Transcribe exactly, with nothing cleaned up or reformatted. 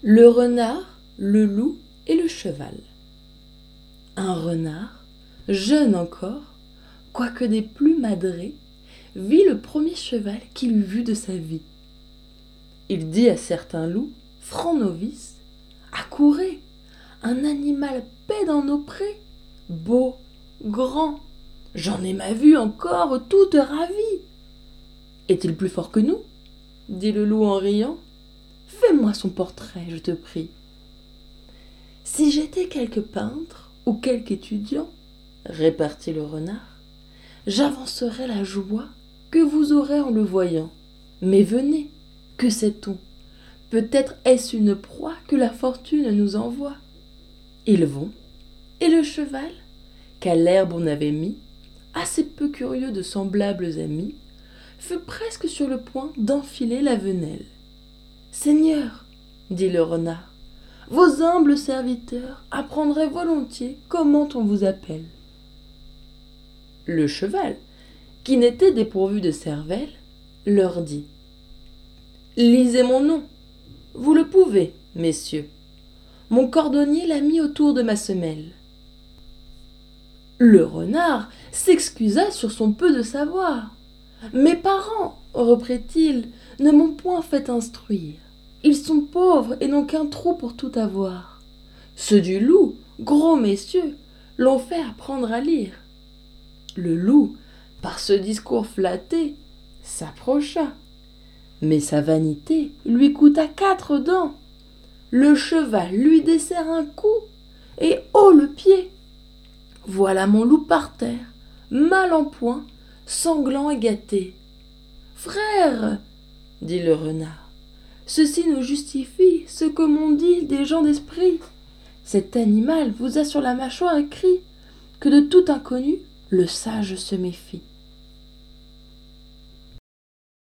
Le renard, le loup et le cheval. Un renard, jeune encore, quoique des plus madrés, vit le premier cheval qu'il eût vu de sa vie. Il dit à certain loup, franc novice, « Accourez, un animal paît dans nos prés, beau, grand, j'en ai ma vue encore toute ravie. » « Est-il plus fort que nous ?» dit le loup en riant. « Fais-moi son portrait, je te prie. » « Si j'étais quelque peintre ou quelque étudiant, répartit le renard, j'avancerais la joie que vous aurez en le voyant. Mais venez, que sait-on? Peut-être est-ce une proie que la fortune nous envoie. » Ils vont, et le cheval, qu'à l'herbe on avait mis, assez peu curieux de semblables amis, fut presque sur le point d'enfiler la venelle. « Seigneur, dit le renard, vos humbles serviteurs apprendraient volontiers comment on vous appelle. » Le cheval, qui n'était dépourvu de cervelle, leur dit « Lisez mon nom, vous le pouvez, messieurs. Mon cordonnier l'a mis autour de ma semelle. » Le renard s'excusa sur son peu de savoir. « Mes parents, reprit-il, ne m'ont point fait instruire. Ils sont pauvres et n'ont qu'un trou pour tout avoir. Ceux du loup, gros messieurs, l'ont fait apprendre à lire. » Le loup, par ce discours flatté, s'approcha, mais sa vanité lui coûta quatre dents. Le cheval lui dessert un coup, et haut le pied. Voilà mon loup par terre, mal en point, sanglant et gâté. « Frère, dit le renard, ceci nous justifie ce que m'ont dit des gens d'esprit. Cet animal vous a sur la mâchoire écrit que de tout inconnu, le sage se méfie.